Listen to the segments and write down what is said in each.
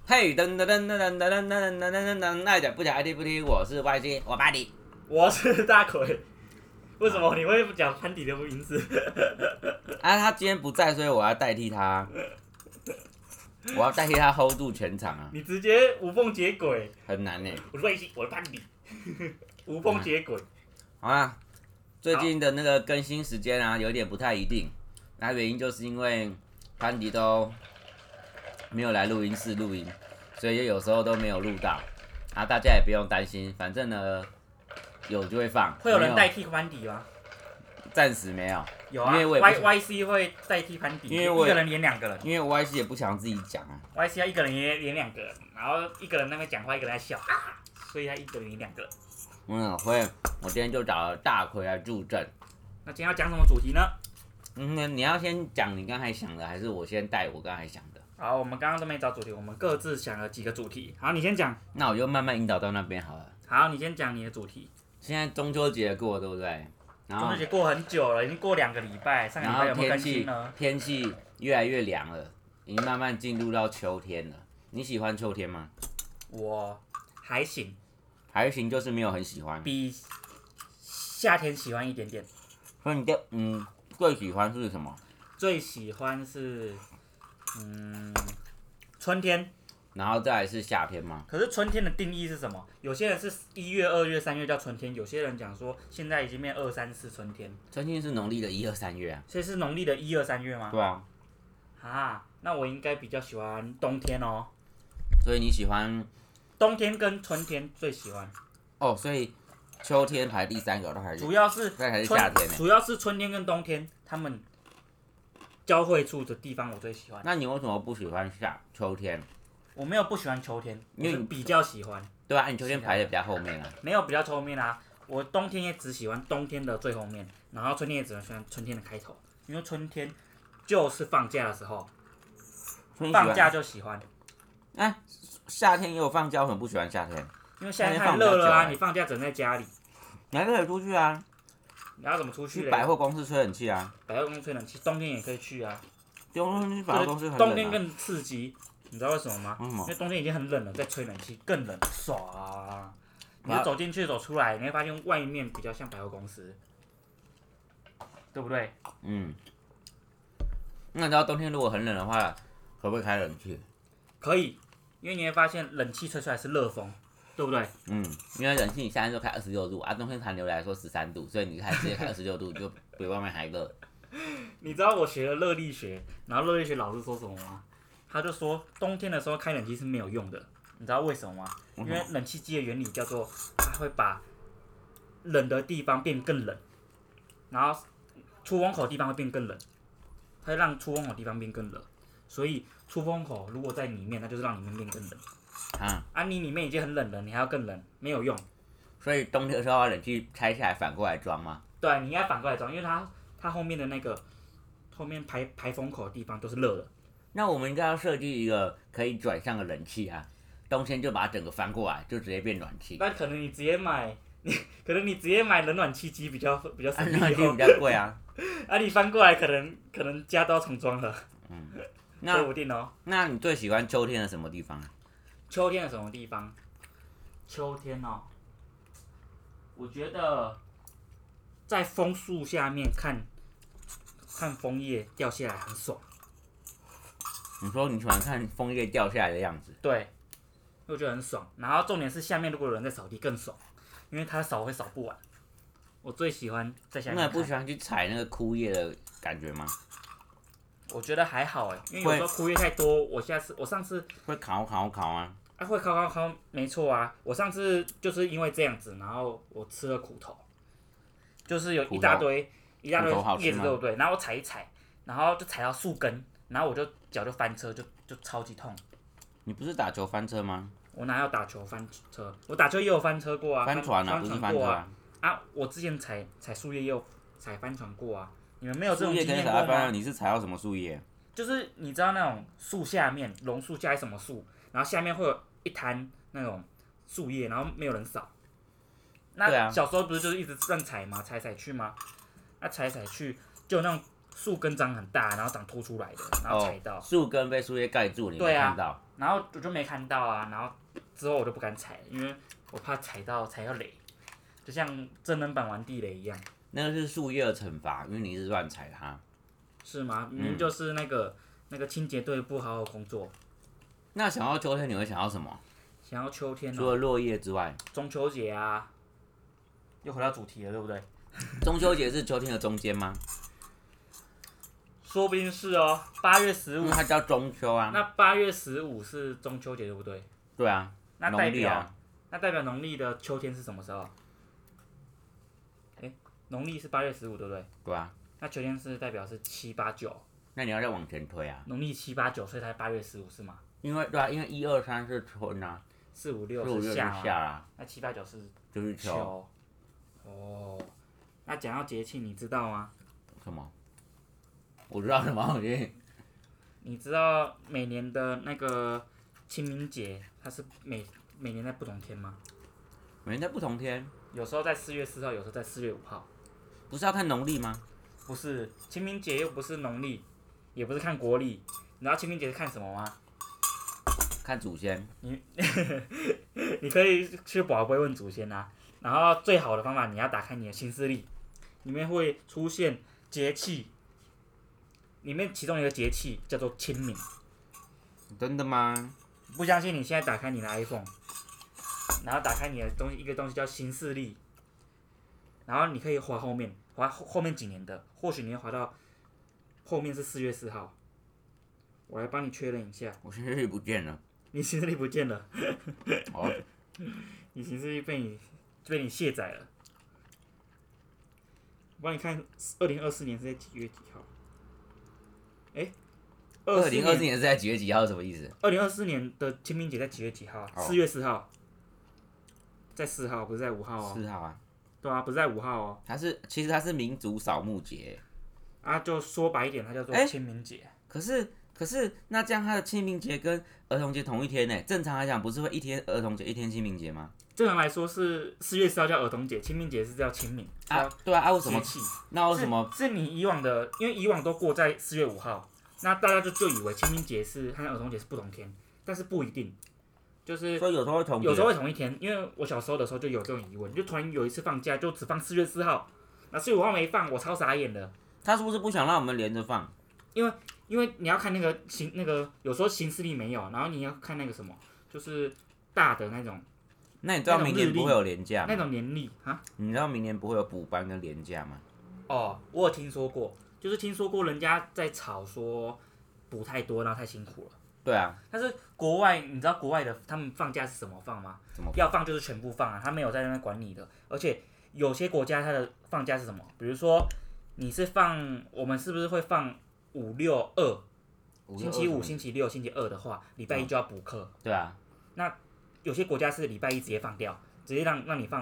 嘿，噔噔噔噔噔噔噔噔噔噔噔，爱讲不讲，爱听不听，我是 YG，我爸你。 我是大奎。为什么你会讲潘迪的名字？ 他今天不在，所以我要代替他，我要代替他 hold 住全场啊。 你直接无缝接轨。 很难呢。 我是 YG，我是潘迪，无缝接轨。 好啦，最近的那个更新时间啊，有点不太一定。那原因就是因为潘迪都没有来录音室录音，所以有时候都没有录到。啊，大家也不用担心，反正呢有就会放。 会有人代替潘迪吗？ 暂时没有。 有啊因为我也 ，YC 会代替潘迪， 因为我一个人演两个人。 因为 YC 也不想自己讲啊。 YC 要一个人演两个人，然后一个人那边讲话，一个人在笑啊，所以他一个人演两个人。 我今天就找了大奎来助阵。 那今天要讲什么主题呢？ 你要先讲你刚才想的，还是我先带我刚才想的？ 好，我们刚刚都没找主题，我们各自想了几个主题。好，你先讲。 那我就慢慢引导到那边好了。 好，你先讲你的主题。 现在中秋节过，对不对？然后中秋节过很久了，已经过2个礼拜，上个礼拜有没有更新呢？ 天气越来越凉了，已经慢慢进入到秋天了。你喜欢秋天吗？ 我还行， 还行，就是没有很喜欢。 比夏天喜欢一点点。 所以你最喜欢是什么？ 最喜欢是春天。 然后再来是夏天吗？ 可是春天的定义是什么？有些人是1月、2月、3月叫春天，有些人讲说现在已经变2、3、4春天。 春天是农历的1、2、3月啊。 所以是农历的1、2、3月吗？ 对啊。 啊，那我应该比较喜欢冬天哦。 所以你喜欢冬天跟春天最喜欢。 哦，所以秋天排第3个，都还是主要是那还是夏天呢？ 主要是春天跟冬天他们交汇处的地方我最喜欢。 那你为什么不喜欢秋天？ 我没有不喜欢秋天， 因为我是比较喜欢。 对啊，你秋天排的比较后面啊。 没有比较后面啊，我冬天也只喜欢冬天的最后面，然后春天也只喜欢春天的开头，因为春天就是放假的时候，放假就喜欢。 夏天也有放假，为什么不喜欢夏天？ 因为夏天太热了啊，你放假整在家里。 你还可以出去啊。 你要怎么出去？ 去百货公司吹冷气啊。 百货公司吹冷气，冬天也可以去啊。 冬天百货公司很冷啊。 冬天更刺激。你知道为什么吗？ 为什么？ 因为冬天已经很冷了，再吹冷气更冷，爽！你就走进去走出来，你会发现外面比较像百货公司，对不对？ 那你知道冬天如果很冷的话，可不可以开冷气？ 可以，因为你会发现冷气吹出来是热风，对不对？ 因为冷气你现在就开26度啊，冬天寒流来说13度，所以你直接开26度就比外面还热。 你知道我学了热力学，然后热力学老师说什么吗？他就说冬天的时候开冷气是没有用的，你知道为什么吗？因为冷气机的原理叫做它会把冷的地方变更冷，然后出风口的地方会变更冷，它会让出风口的地方变更冷，所以出风口如果在里面，那就是让里面变更冷。你里面已经很冷了，你还要更冷，没有用。 所以冬天的时候把冷气拆下来反过来装吗？ 对，你应该反过来装，因为它后面的那个后面排风口的地方都是热的。 那我们应该要设计一个可以转向的冷气啊，冬天就把它整个翻过来，就直接变暖气。 那可能你直接买冷暖气机比较省力。 冷暖气比较贵啊。 你翻过来可能家都要重装了。说不定哦。 那你最喜欢秋天的什么地方？ 秋天的什么地方？秋天哦，我觉得在枫树下面看枫叶掉下来很爽。 你说你喜欢看枫叶掉下来的样子？ 对，我觉得很爽。然后重点是下面如果有人在扫地更爽，因为他扫会扫不完。我最喜欢在下面看。 那你不喜欢去踩那个枯叶的感觉吗？ 我觉得还好因为有时候枯叶太多，我上次会烤啊。 会烤，没错啊。我上次就是因为这样子，然后我吃了苦头，就是有一大堆叶子，对不对？然后我踩一踩，然后就踩到树根，然后我就脚就翻车，就超级痛。 你不是打球翻车吗？ 我哪有打球翻车？我打球也有翻车过啊。 翻船啊，不是翻车啊。 我之前踩树叶也有踩翻船过啊。你们没有这种经验过吗？ 你是踩到什么树叶？ 就是你知道那种树下面，榕树下还是什么树，然后下面会有一滩那种树叶，然后没有人扫。那小时候不是就是一直乱踩吗？踩去吗？踩去，就有那种树根长很大，然后长凸出来的，然后踩到。 树根被树叶盖住，你没看到？ 然后我就没看到啊，然后之后我就不敢踩，因为我怕踩到雷，就像真人版玩地雷一样。 那个是树叶的惩罚，因为你是乱踩它。 是吗？明明就是那个清洁队不好好工作。 那想要秋天，你会想要什么？ 想要秋天除了落叶之外， 中秋节啊，又回到主题了，对不对？ 中秋节是秋天的中间吗？ 说不定是哦，8月15 因为它叫中秋啊。 那8月15是中秋节，对不对？ 对啊， 那代表、 农历啊。 那代表农历的秋天是什么时候？农历是8月15，对不对？ 对啊。 那秋天是代表是7、8、9。 那你要再往前推啊。 农历7、8、9，所以才8月15是吗？ 因为对啊，因为1、2、3是春啊 4、5、6 ，4、5、6是夏啊。 那7、8、9是就是秋。 哦，那讲到节气，你知道吗？ 什么？我知道什么东西。 你知道每年的那个清明节，它是每年在不同天吗？ 每年在不同天。 有时候在4月4号，有时候在4月5号。 不是要看农历吗？ 不是，清明节又不是农历，也不是看国历。你知道清明节是看什么吗？ 看祖先。 你可以去宝贝问祖先啊。然后最好的方法，你要打开你的行事历，里面会出现节气，里面其中一个节气叫做清明。 真的吗？ 不相信，你现在打开你的 iPhone， 然后打开你的一个东西叫行事历，然后你可以滑后面，滑后面几年的，或许你会滑到后面是4月4号。我来帮你确认一下。 我行事历不见了。 你行事历不见了。 哦。 你行事历被你卸载了。我帮你看，2024年是在几月几号 ？2024年是在几月几号？是什么意思 ？2024年的清明节在几月几号？4月4号。在4号，不是在5号哦。 4号啊。 对啊，不是在5号哦。 其实它是民族扫墓节。 啊，就说白一点，它叫做清明节。 可是，那这样它的清明节跟儿童节同一天呢？正常来讲，不是会一天儿童节，一天清明节吗？ 正常来说是4月4号叫儿童节，清明节是叫清明。 啊，对啊，为什么？那为什么？ 是你以往的，因为以往都过在4月5号，那大家就以为清明节和儿童节是不同天，但是不一定。就是所以有时候会同一天，因为我小时候的时候就有这种疑问，就突然有一次放假就只放4月4号，那4月5号没放，我超傻眼的。 他是不是不想让我们连着放？ 因为你要看那个有时候行事历没有，然后你要看那个什么，就是大的那种。 那你知道明年不会有连假吗？ 那种年历啊？ 你知道明年不会有补班跟连假吗？ 哦，我有听说过，就是听说过人家在吵说补太多，然后太辛苦了。 对啊。 但是国外，你知道国外的他们放假是怎么放吗？要放就是全部放啊，他没有在那边管你的。而且有些国家它的放假是什么？比如说你是放，我们是不是会放5、6、2？星期5、星期6、星期2的话，礼拜一就要补课。 对啊。 那有些国家是礼拜一直接放掉，直接让你放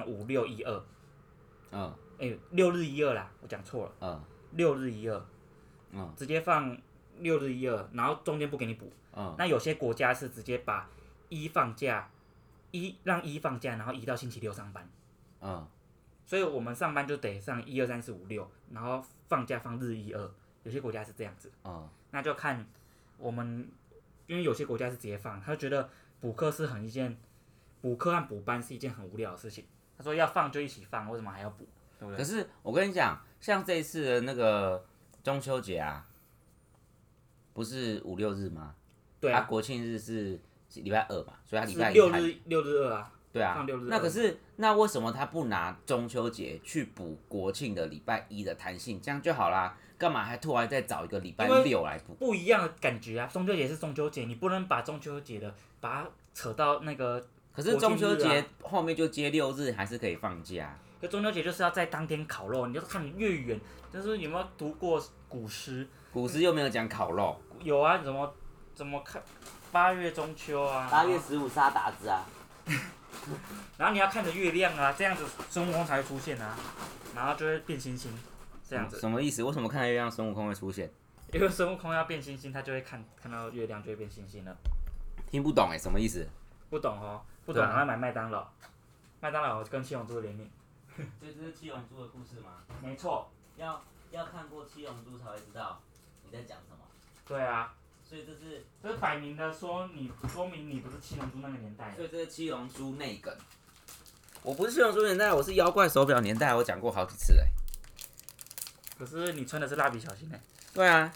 5、6、1、2。6日1、2啦，我讲错了。6日1、2。直接放6日1、2，然后中间不给你补。那有些国家是直接把放假，让放假，然后移到星期6上班。所以我们上班就得上1、2、3、4、5、6，然后放假放日1、2。有些国家是这样子。那就看我们，因为有些国家是直接放，他就觉得补课和补班是一件很无聊的事情。他说要放就一起放，为什么还要补？对不对？ 可是我跟你讲，像这一次的那个中秋节啊，不是5、6日吗？ 对啊。 国庆日是礼拜2嘛，所以他礼拜 6日2啊。 对啊。 放6日2。 那可是为什么他不拿中秋节去补国庆的礼拜1的弹性，这样就好啦？干嘛还突然再找一个礼拜6来补？ 不一样的感觉啊！中秋节是中秋节，你不能把中秋节的把它扯到那个。 可是中秋节后面就接6日，还是可以放假。 可中秋节就是要在当天烤肉，你就看你越远，就是有没有读过古诗？ 古诗又没有讲烤肉。 有啊，怎么看8月中秋啊 ？8月15杀鞑子啊。 然后你要看着月亮啊，这样子孙悟空才会出现啊，然后就会变星星，这样子。 什么意思？为什么看到月亮孙悟空会出现？ 因为孙悟空要变星星，他就会看到月亮就会变星星了。 听不懂什么意思？ 不懂哦，不懂，然后买麦当劳。麦当劳跟七龙珠的联名。 这是七龙珠的故事吗？ 没错。 要看过七龙珠才会知道你在讲什么。 对啊， 所以这是， 这摆明的说明你不是七龙珠那个年代的。 所以这是七龙珠内梗。我不是七龙珠年代，我是妖怪手表年代，我讲过好几次哎。 可是你穿的是蜡笔小新哎。 对啊。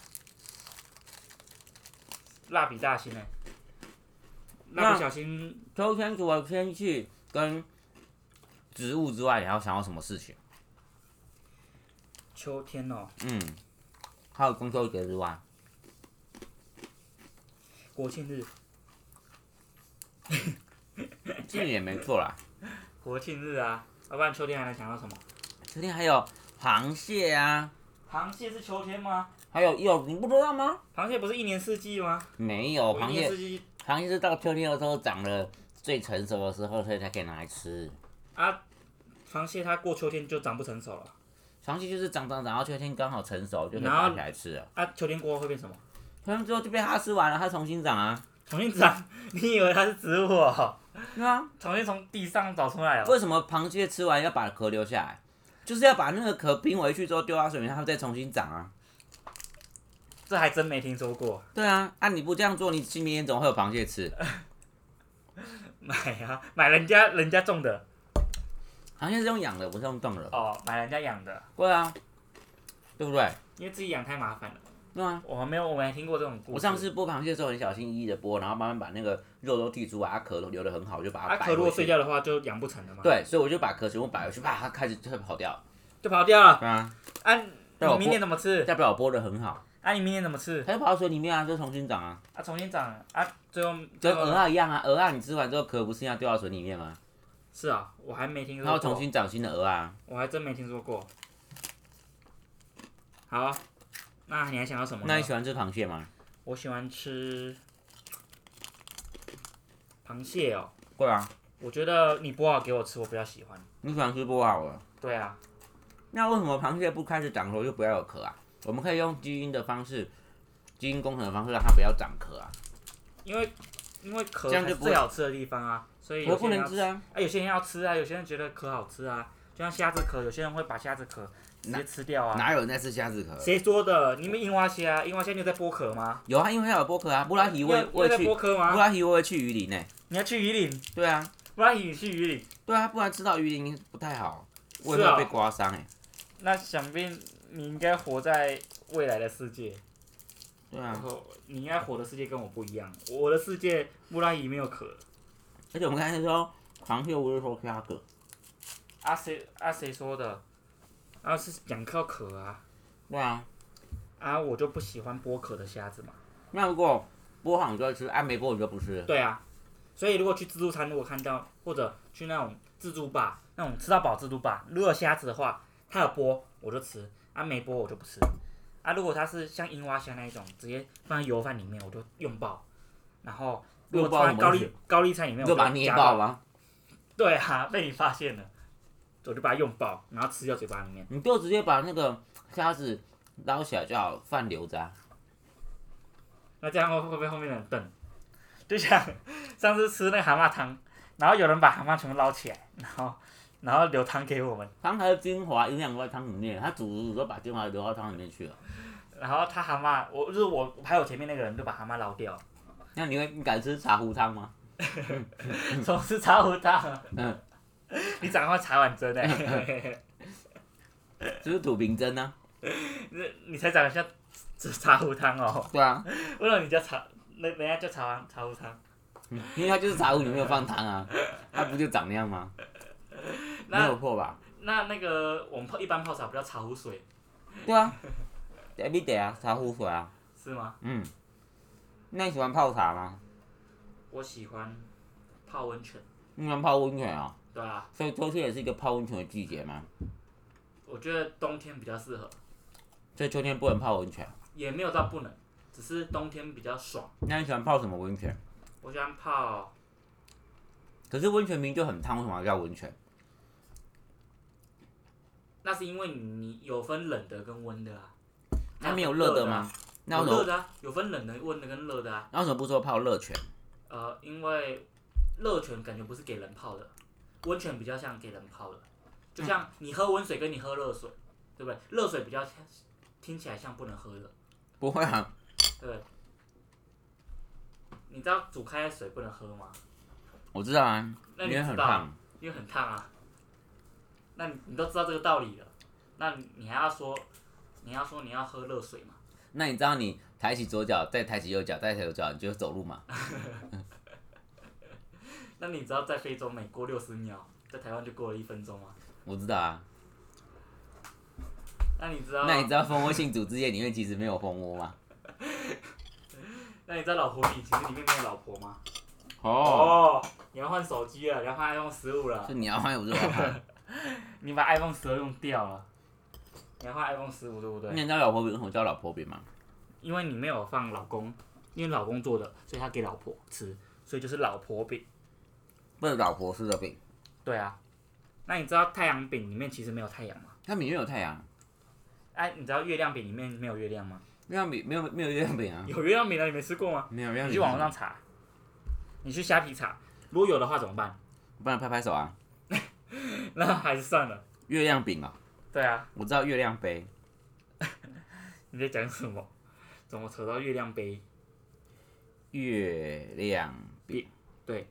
蜡笔大新哎。蜡笔小新。 秋天除了天气跟植物之外，你还要想要什么事情？ 秋天哦。 还有中秋节之外。 国庆日。 这也没错啦。 国庆日啊，要不然秋天还能想到什么？ 秋天还有螃蟹啊。 螃蟹是秋天吗？ 还有你不知道吗？ 螃蟹不是一年四季吗？ 没有，螃蟹是到秋天的时候长了最成熟的时候，所以才可以拿来吃。 啊，螃蟹它过秋天就长不成熟了。 螃蟹就是长到秋天刚好成熟，就可以拔起来吃了。 啊，秋天过后会变什么？ 秋天之后就被它吃完了，它重新长啊。 重新长？你以为它是植物哦？ 对啊。 重新从地上找出来哦。 为什么螃蟹吃完要把壳留下来？就是要把那个壳冰回去之后丢到水里面，它会再重新长啊。 这还真没听说过。 对啊，你不这样做，你明年怎么会有螃蟹吃？ 买啊，买人家种的。 螃蟹是用养的，不是用种的。 哦，买人家养的。 对啊，对不对？ 因为自己养太麻烦了。 对啊。 我没听过这种故事。 我上次剥螃蟹的时候很小心翼翼的剥，然后慢慢把那个肉都剔出来，壳都留得很好，我就把它摆回去。 壳如果碎掉的话，就养不成了嘛。 对，所以我就把壳全部摆回去，啪，它开始就跑掉了。 就跑掉了。 对啊。 你明年怎么吃？ 代表我剥得很好。 你明年怎么吃？ 它就跑到水里面啊，就重新长啊。 重新长啊，最后跟鹅啊一样啊，鹅啊你吃完之后壳不是要掉到水里面吗？ 是啊，我还没听说过。 它会重新长新的鹅啊。 我还真没听说过。好，那你还想要什么？ 那你喜欢吃螃蟹吗？ 我喜欢吃螃蟹哦。 对啊。 我觉得你剥好给我吃，我比较喜欢。 你喜欢吃剥好的？ 对啊。 那为什么螃蟹不开始长的时候就不要有壳啊？我们可以用基因的方式，基因工程的方式让它不要长壳啊。 因为壳才是最好吃的地方啊，所以有些人要壳不能吃啊。 有些人要吃啊，有些人觉得壳好吃啊，就像虾子壳，有些人会把虾子壳直接吃掉啊。 哪有人在吃虾子壳？ 谁说的？你们樱花虾，樱花虾你有在剥壳吗？ 有啊，因为它有剥壳啊。布拉提我也在剥壳吗？ 布拉提我也去鱼鳞呢。 你要去鱼鳞？ 对啊。 布拉提你去鱼鳞？ 对啊，不然吃到鱼鳞不太好，胃会被刮伤哎。 那想必你应该活在未来的世界。 对啊。 你应该活的世界跟我不一样，我的世界布拉提没有壳。 而且我们刚才说螃蟹不是说虾壳。 谁说的？是讲靠壳啊。 对啊。 我就不喜欢剥壳的虾子嘛。 那如果剥好你就吃，没剥你就不吃。 对啊。所以如果去自助餐，如果看到或者去那种自助吧，那种吃到饱自助吧，如果有虾子的话，它有剥我就吃，没剥我就不吃。如果它是像樱花虾那一种，直接放在油饭里面，我就用爆。然后如果放在高丽菜里面，我就把它捏爆吗？ 对啊，被你发现了，我就把它用爆，然后吃掉嘴巴里面。 你就直接把那个虾子捞起来就好，饭留着啊。 那这样会不会后面的人瞪？就像上次吃那个蛤蟆汤，然后有人把蛤蟆全部捞起来，然后留汤给我们。 汤还是精华营养都在汤里面，他煮都把精华流到汤里面去了。 然后他蛤蟆，我还有前面那个人就把蛤蟆捞掉。 那你敢吃茶壶汤吗？ 什么是茶壶汤？你讲话茶碗蒸就是土瓶蒸啊。 你才长得像茶壶汤哦。 对啊。 为什么你叫人家叫茶壶汤？ 因为它就是茶壶里面有放汤啊，它不就长那样吗？没有错吧？ 那个我们一般泡茶不叫茶壶水？ 对啊，everyday 啊，茶壶水啊。 是吗？ 那你喜欢泡茶吗？ 我喜欢泡温泉。 你喜欢泡温泉啊？ 对啊。 所以秋天也是一个泡温泉的季节吗？ 我觉得冬天比较适合。 所以秋天不能泡温泉？ 也没有到不能，只是冬天比较爽。 那你喜欢泡什么温泉？ 我喜欢泡。 可是温泉明明就很烫，为什么要叫温泉？ 那是因为你有分冷的跟温的啊。 那没有热的吗？ 有热的啊，有分冷的、温的跟热的啊。 那为什么不说泡热泉？ 因为热泉感觉不是给人泡的，温泉比较像给人泡的。就像你喝温水跟你喝热水，对不对？热水比较听起来像不能喝的。 不会啊。 对。 你知道煮开的水不能喝吗？ 我知道啊， 那因你知道啊为很烫。 因为很烫啊。那你都知道这个道理了，那你还要说你要喝热水嘛？ 那你知道你抬起左脚，再抬起右脚，再抬起右脚，你就走路嘛？ 那你知道在非洲每过60秒，在台湾就过了1分钟吗？ 我知道啊。 那你知道？ 那你知道蜂窝性组织液里面其实没有蜂窝吗？ 那你知道老婆饼其实里面没有老婆吗？ 哦， 你要换手机了，你要换 iPhone 15了。 就你要换，我就要换。 你把 iPhone 12用掉了，你要换 iPhone 15对不对？ 你知道老婆饼为什么叫老婆饼吗？ 因为你没有放老公，因为老公做的，所以他给老婆吃，所以就是老婆饼。 不是老婆吃的饼。 对啊，那你知道太阳饼里面其实没有太阳吗？ 它里面有太阳。 哎，你知道月亮饼里面没有月亮吗？ 月亮饼没有月亮饼啊。 有月亮饼的，你没吃过吗？ 没有月亮饼。 你去网络上查，你去虾皮查，如果有的话怎么办？ 不然拍拍手啊。 那还是算了。 月亮饼啊。 对啊， 我知道月亮杯。 你在讲什么？怎么扯到月亮杯？ 月亮饼。 对。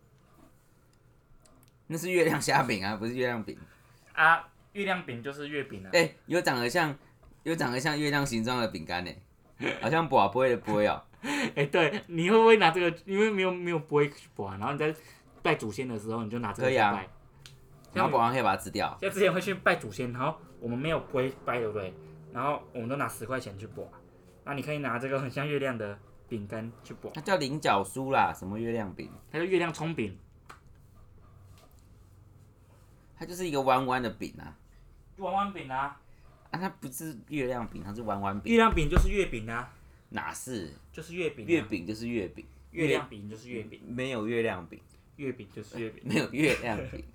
那是月亮虾饼啊，不是月亮饼。 啊，月亮饼就是月饼啊。 有长得像月亮形状的饼干呢，好像拔杯的杯哦。 对，你会不会拿这个？因为没有不会去拔，然后你在拜祖先的时候，你就拿这个去拜。 可以啊。然后拔完可以把它吃掉。 像之前会去拜祖先，然后我们没有不会拜，对不对？然后我们都拿10块钱去拔，那你可以拿这个很像月亮的饼干去拔。 它叫菱角酥啦，什么月亮饼？ 它叫月亮葱饼。 它就是一个弯弯的饼啊。 弯弯饼啊。 啊，它不是月亮饼，它是弯弯饼。 月亮饼就是月饼啊。 哪是？ 就是月饼、啊。 月饼就是月饼。 月亮饼就是月饼。 没有月亮饼。 月饼就是月饼。 没有月亮饼。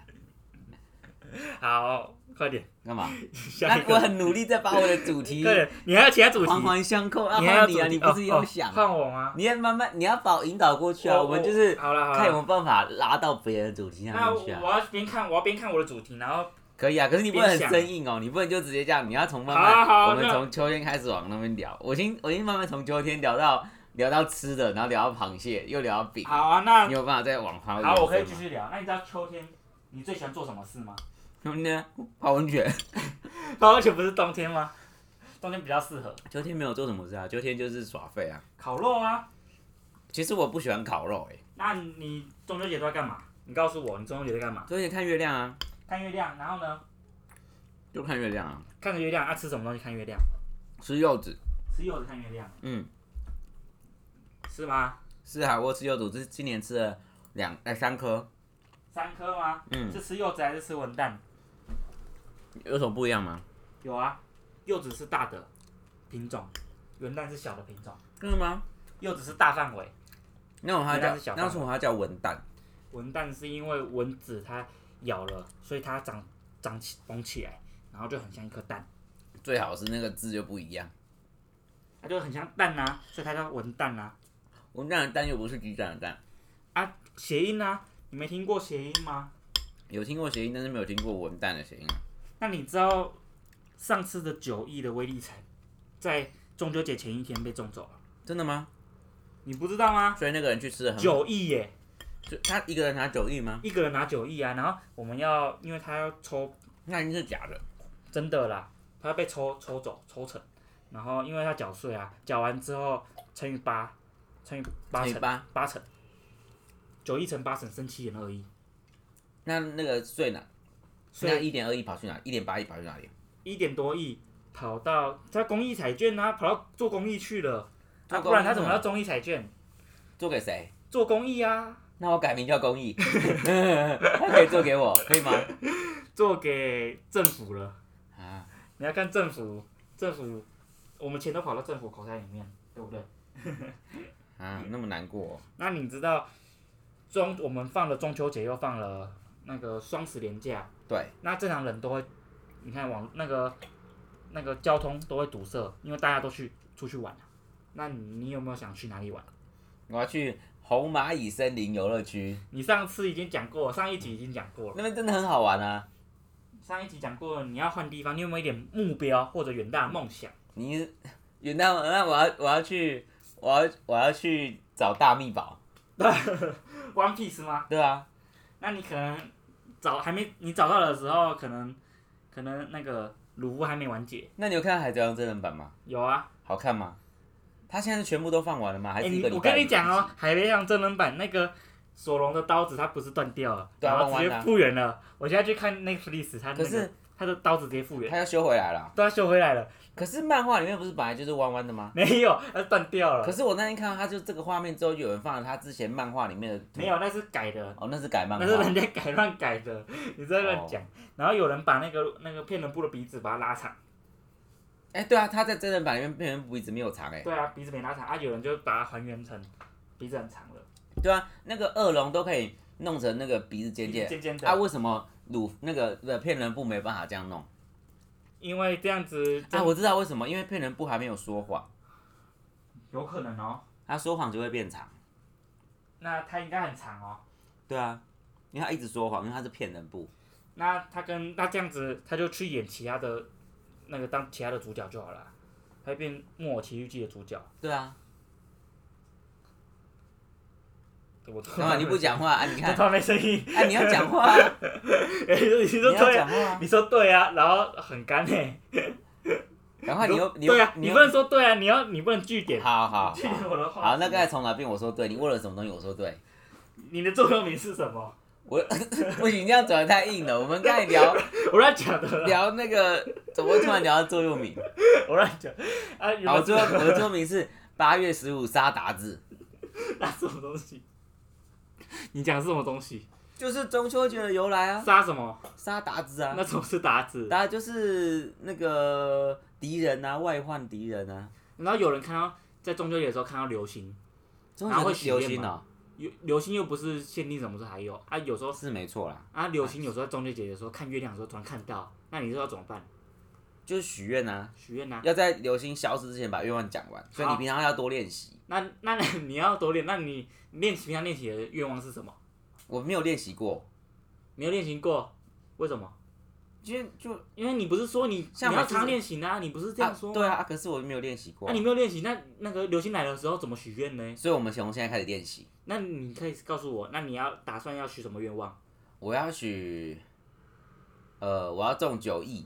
好，快点。 干嘛？ 那我很努力在把我的主题。 对，你还有其他主题。 环环相扣。 你还有你啊，你不是有想？ 换我吗？ 你要慢慢，你要把我引导过去啊！我们就是好了， 看有没有办法拉到别人的主题上面去啊。 那我要边看我的主题，然后。 可以啊，可是你不能很生硬哦，你不能就直接这样，你要从慢慢， 我们从秋天开始往那边聊。我已经慢慢从秋天聊到吃的，然后聊到螃蟹，又聊到饼。 好啊，那你有办法再往花？ 好，我可以继续聊。那你知道秋天你最喜欢做什么事吗？ 冬天泡温泉。 泡温泉不是冬天吗？冬天比较适合。 秋天没有做什么事啊，秋天就是耍废啊。 烤肉啊。 其实我不喜欢烤肉那你中秋节都在干嘛？你告诉我，你中秋节在干嘛？ 中秋节看月亮啊。 看月亮，然后呢？ 就看月亮啊。 看着月亮，吃什么东西看月亮？ 吃柚子。 吃柚子看月亮。 嗯。 是吗？ 是啊，我吃柚子，今年吃了3颗。 3颗吗？ 嗯。 是吃柚子还是吃文旦？ 有什么不一样吗？ 有啊，柚子是大的品种，文旦是小的品种。 真的吗？ 柚子是大范围。 那为什么它叫文旦？ 文旦是因为蚊子它咬了，所以它膨起来，然后就很像一颗蛋。 最好是那个字就不一样。 它就很像蛋啊，所以它叫文旦啊。 文旦的蛋又不是鸡蛋的蛋。 啊，谐音啊，你没听过谐音吗？ 有听过谐音，但是没有听过文旦的谐音啊。 那你知道上次的9亿的威力彩，在中秋节前一天被中走了？ 真的吗？ 你不知道吗？ 所以那个人去吃了 9亿耶！ 就他一个人拿9亿吗？ 一个人拿9亿啊，然后我们要，因为他要抽， 那一定是假的。 真的啦，他要被抽成，然后因为他缴税啊，缴完之后乘以8成8成，9亿乘8成剩7.2亿。 那个税呢？那1.2亿跑去哪？1.8亿跑去哪里 ？1点多亿跑到他公益彩券啊，跑到做公益去了。不然他怎么要公益彩券？ 做给谁？ 做公益啊。 那我改名叫公益。他可以做给我，可以吗？ 做给政府了。 啊。 你要看政府，我们钱都跑到政府口袋里面，对不对？ 啊，那么难过哦。 那你知道我们放了中秋节，又放了那个双十连假。 对。 那正常人都会，你看那个交通都会堵塞，因为大家都出去玩啊。那你有没有想去哪里玩？ 我要去红蚂蚁森林游乐区。 你上次已经讲过，上一集已经讲过了。 那边真的很好玩啊。 上一集讲过了，你要换地方，你有没有一点目标或者远大的梦想？ 你远大，那我要去找大秘宝。 One Piece 吗？ 对啊， 那你可能你找到的时候，可能那个鲁夫还没完结。 那你有看《海贼王》真人版吗？ 有啊。 好看吗？他现在是全部都放完了吗？还是一个礼拜？ 我跟你讲哦，海贼王真人版那个索隆的刀子它不是断掉了， 对啊， 然后直接复原了。我现在去看 Netflix，它它的刀子直接复原， 他要修回来了。 对，它修回来了。 可是漫画里面不是本来就是弯弯的吗？ 没有，它断掉了。 可是我那天看到他就这个画面之后，就有人放了他之前漫画里面的图。 没有，那是改的。 哦，那是改漫画。 那是人家乱改的，你在乱讲。然后有人把那个骗人部的鼻子把它拉长。 对啊，他在真人版里面骗人部鼻子没有长对啊，鼻子没拉长啊，有人就把它还原成鼻子很长了。 对啊，那个恶龙都可以弄成那个鼻子尖尖的。 为什么那个骗人部没办法这样弄？ 因为这样子我知道为什么，因为骗人部还没有说谎。 有可能哦。 他说谎就会变长。 那他应该很长哦。 对啊，因为他一直说谎，因为他是骗人部。 那这样子，他就去演其他的当其他的主角就好了，他会变《木偶奇遇记》的主角。 对啊。 你不讲话啊？你看， 我突然没声音。 你要讲话啊！ 你说对啊，你说对啊，然后很干欸。 然后对啊，你不能说对啊，你不能句点。 好。 句点我的话。 好，那刚才从哪边我说对？你问了什么东西我说对？ 你的座右铭是什么？ 不行，这样转得太硬了。我们刚才聊， 我乱讲的。 聊那个，怎么会突然聊到座右铭？ 我乱讲。 好，我的座右铭是8月15杀达子。 那什么东西？你讲是什么东西？ 就是中秋节的由来啊。 杀什么？ 杀达子啊。 那什么是达子？ 达就是那个敌人啊，外患敌人啊。 然后有人看到在中秋节的时候看到流星， 中秋节流星哦。 流星又不是限定什么时候还有啊，有时候是没错啦。 啊，流星有时候在中秋节的时候看月亮的时候突然看到，那你说要怎么办？ 就是许愿啊。 许愿啊。 要在流星消失之前把愿望讲完，所以你平常要多练习。 那你要多练，那你平常练习的愿望是什么？ 我没有练习过。 没有练习过？为什么？因为你不是说你要常练习啊，你不是这样说吗？ 对啊，可是我没有练习过。 那你没有练习，那个流星来的时候怎么许愿呢？ 所以我们从现在开始练习。 那你可以告诉我，那你打算要许什么愿望？ 我要许，我要中9亿。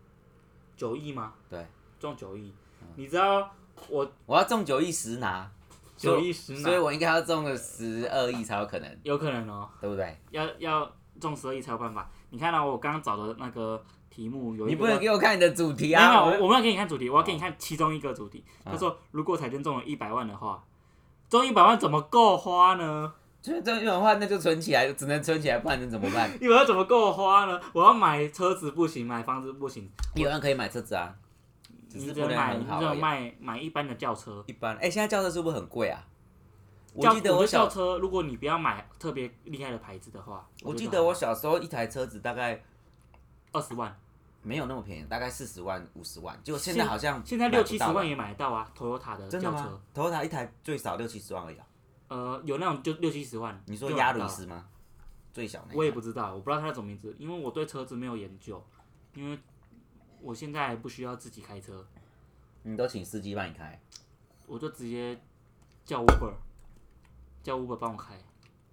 9亿吗？ 对。 中9亿。你知道我要中9亿实拿。 9亿实拿。 所以我应该要中个12亿才有可能。 有可能哦。 对不对？ 要中12亿才有办法。你看到我刚刚找的那个题目有一个。 你不能给我看你的主题啊！ 没有，我没有给你看主题，我要给你看其中一个主题。他说，如果彩券中了100万的话，中100万怎么够花呢？ 中100万那就存起来，只能存起来，不然能怎么办 ？100万怎么够花呢？我要买车子不行，买房子不行。 100万可以买车子啊，只是不能很好。 你只买一般的轿车。 一般，现在轿车是不是很贵啊？ 我记得轿车，如果你不要买特别厉害的牌子的话， 我记得我小时候一台车子大概 20万， 没有那么便宜，大概40万、50万，结果现在好像现在60-70万也买得到啊，Toyota 的轿车。 真的吗？Toyota 一台最少60-70万而已啊。 有那种就60-70万。 你说亚鲁斯吗？最小那个？ 我也不知道，我不知道它叫什么名字，因为我对车子没有研究，因为我现在还不需要自己开车。 你都请司机帮你开？ 我就直接叫 Uber 帮我开。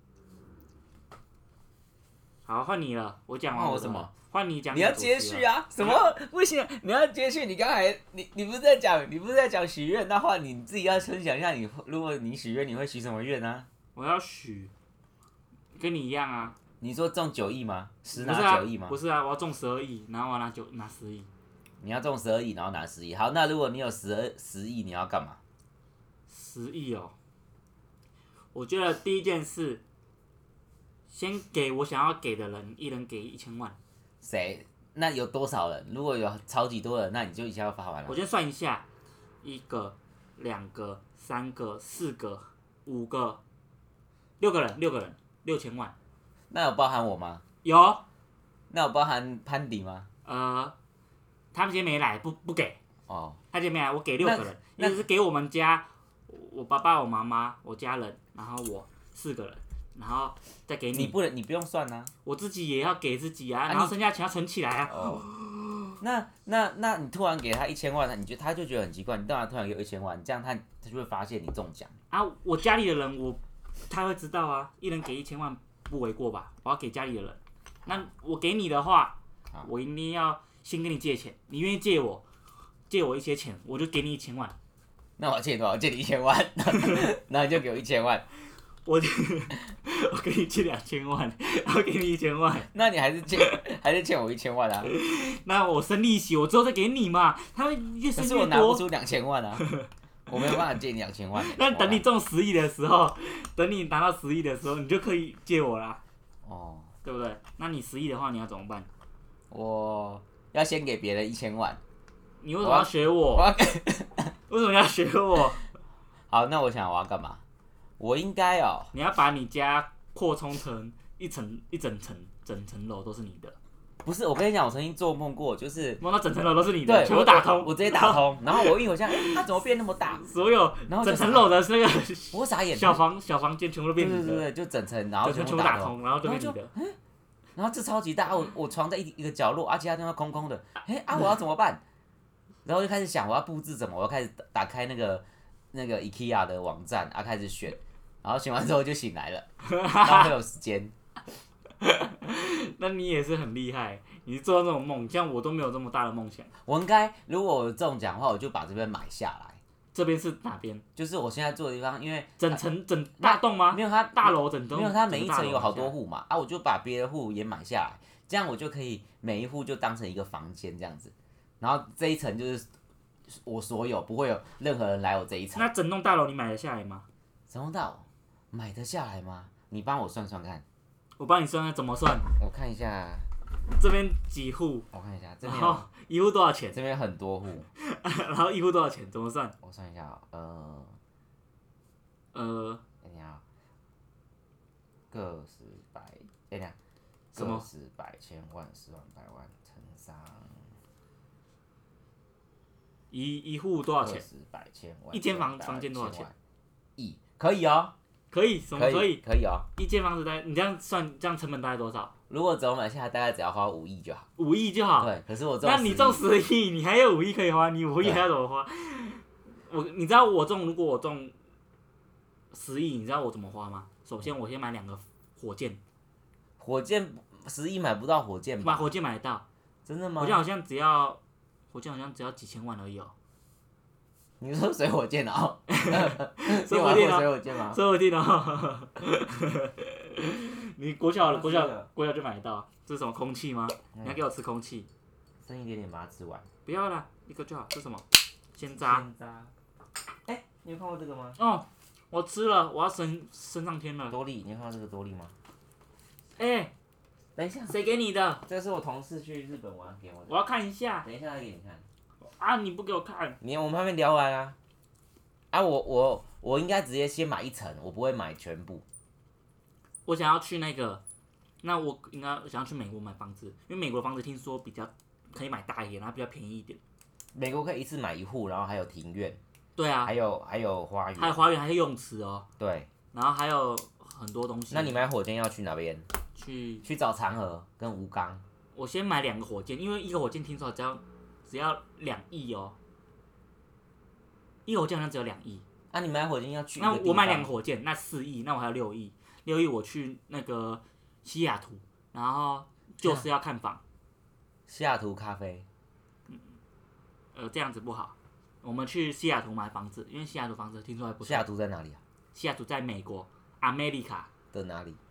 好，换你了，我讲完我什么？换你讲。 你要接续啊？什么？不行，你要接续。你刚才你不是在讲许愿？那换你自己要分享一下，如果你许愿，你会许什么愿啊？ 我要许，跟你一样啊。 你说中9亿吗？拿9亿吗？ 不是啊，我要中12亿，然后我要拿10亿。 你要中12亿，然后拿10亿。好，那如果你有10亿，你要干嘛 ？10亿哦。我觉得第一件事，先给我想要给的人，一人给1000万。 谁？那有多少人？如果有超级多人，那你就一下要发完了。 我先算一下，1个、2个、3个、4个、5个、6个人，6000万。 那有包含我吗？ 有。 那有包含潘迪吗？ 他们今天没来，不给。 哦。 他今天没来，我给6个人，意思是给我们家，我爸爸、我妈妈、我家人，然后我4个人，然后再给你。 你不用算啊。 我自己也要给自己啊，然后剩下钱要存起来啊。 哦。那你突然给他1000万，他就觉得很奇怪，你干嘛突然给我1000万？这样他就会发现你中奖。 啊，我家里的人他会知道啊，一人给1000万不为过吧？我要给家里的人。那我给你的话，我一定要先跟你借钱，你愿意借我一些钱，我就给你1000万。 那我借多少？借你1000万，然后你就给我1000万。 我给你借2000万，然后给你1000万。 那你还是欠我1000万啊？ 那我生利息，我之后再给你嘛。他会越生越多。可是我拿不出2000万啊，我没有办法借你2000万。 那等你中10亿的时候，等你拿到10亿的时候，你就可以借我啦。 哦， 对不对？那你10亿的话，你要怎么办？ 我要先给别人1000万。 你为什么要学我？为什么要学我？ 好，那我想我要干嘛？我应该你要把你家扩充成整层楼都是你的。 不是，我跟你讲，我曾经做梦过，就是梦到整层楼都是你的，全部打通。 我直接打通，然后我一回想，它怎么变那么大？ 所有整层楼的那个， 我傻眼。 小房间全部都变你的。 对，就整层，然后全部打通，然后就变你的。 然后这超级大，我床在一个角落，其他地方空空的。我要怎么办？然后就开始想我要布置怎么，我要开始打开那个 IKEA 的网站开始选，然后选完之后就醒来了，然后会有时间。 那你也是很厉害，你做到这种梦，像我都没有这么大的梦想。 我应该，如果我中奖的话，我就把这边买下来。 这边是哪边？ 就是我现在住的地方，因为整大栋吗？ 没有，它大楼整栋。 没有，它每一层有好多户嘛，我就把别的户也买下来，这样我就可以每一户就当成一个房间这样子，然后这一层就是我所有，不会有任何人来我这一层。 那整栋大楼你买得下来吗？ 整栋大楼买得下来吗？你帮我算算看。 我帮你算看怎么算。 我看一下。 这边几户？ 我看一下，这边一户多少钱？ 这边很多户。 然后一户多少钱？怎么算？ 我算一下等一下个十百，等一下个十百千万10万百万乘上一户多少钱？ 个十百千万。 一间房间多少钱？ 亿可以哦。 可以，什么可以？ 可以哦。 一间房子你这样算，这样成本大概多少？ 如果整买下来，大概只要花5亿就好。 5亿就好。 对，可是我中。 那你中10亿，你还有5亿可以花，你5亿还要怎么花？你知道如果我中10亿，你知道我怎么花吗？首先我先买2个火箭。 火箭10亿买不到火箭吧？ 火箭买得到。 真的吗？ 火箭好像只要几千万而已哦。 你说水火箭哦？ 水火箭水火箭吗？ 水火箭哦。你国小就买得到，这是什么空气吗？你要给我吃空气。 剩一点点把它吃完。 不要啦，一个就好。这是什么？鲜渣。 你有看过这个吗？ 哦，我吃了，我要升上天了。 多利，你有看到这个多利吗？ 等一下，谁给你的？ 这是我同事去日本玩给我的。 我要看一下。 等一下再给你看。 你不给我看。 我们还没聊完啊。我应该直接先买一层，我不会买全部。 我想要去那我应该想要去美国买房子，因为美国房子听说比较可以买大一点，然后比较便宜一点。 美国可以一次买1户，然后还有庭院。 对啊。 还有花园。 还有花园，还有泳池哦。 对。 然后还有很多东西。 那你买火箭要去哪边？ 去找长河跟吴刚。 我先买2个火箭，因为一个火箭听说只要2亿哦。一个火箭好像只有2亿。 你买火箭要去？ 那我买2个火箭，那4亿，那我还有6亿。6亿我去那个西雅图，然后就是要看房。 西雅图咖啡。 这样子不好。我们去西雅图买房子，因为西雅图房子听说还不错。 西雅图在哪里啊？ 西雅图在美国 ，America 的哪里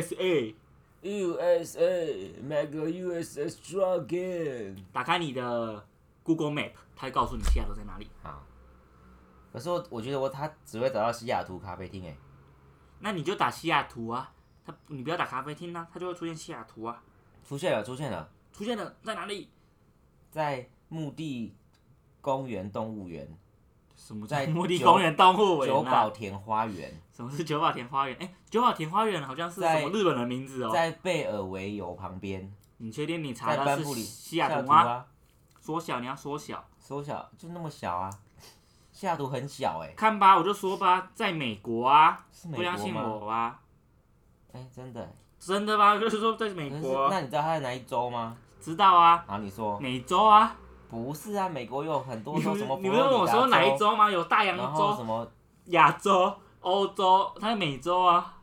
？USA。USA，Make USA strong again。 打开你的 Google Map， 它会告诉你西雅图在哪里。 好。可是我觉得它只会找到西雅图咖啡厅那你就打西雅图啊，你不要打咖啡厅啊，它就会出现西雅图啊。 出现了， 在哪里？ 在墓地公园动物园。 什么在墓地公园动物园？ 久保田花园。 什么是久保田花园？久保田花园好像是什么日本的名字哦。 在贝尔维尤旁边。 你确定你查的是西雅图吗？缩小，你要缩小。 缩小就那么小啊？西雅图很小看吧，我就说吧，在美国啊。 是美国吗？ 不相信我啊？ 真的。 真的吧？就是说在美国。 那你知道它在哪一州吗？ 知道啊。 好，你说。 美洲啊。 不是啊，美国有很多州，什么你不是问我说哪一州吗？有大洋洲、 什么亚洲、 欧洲，他在美洲啊。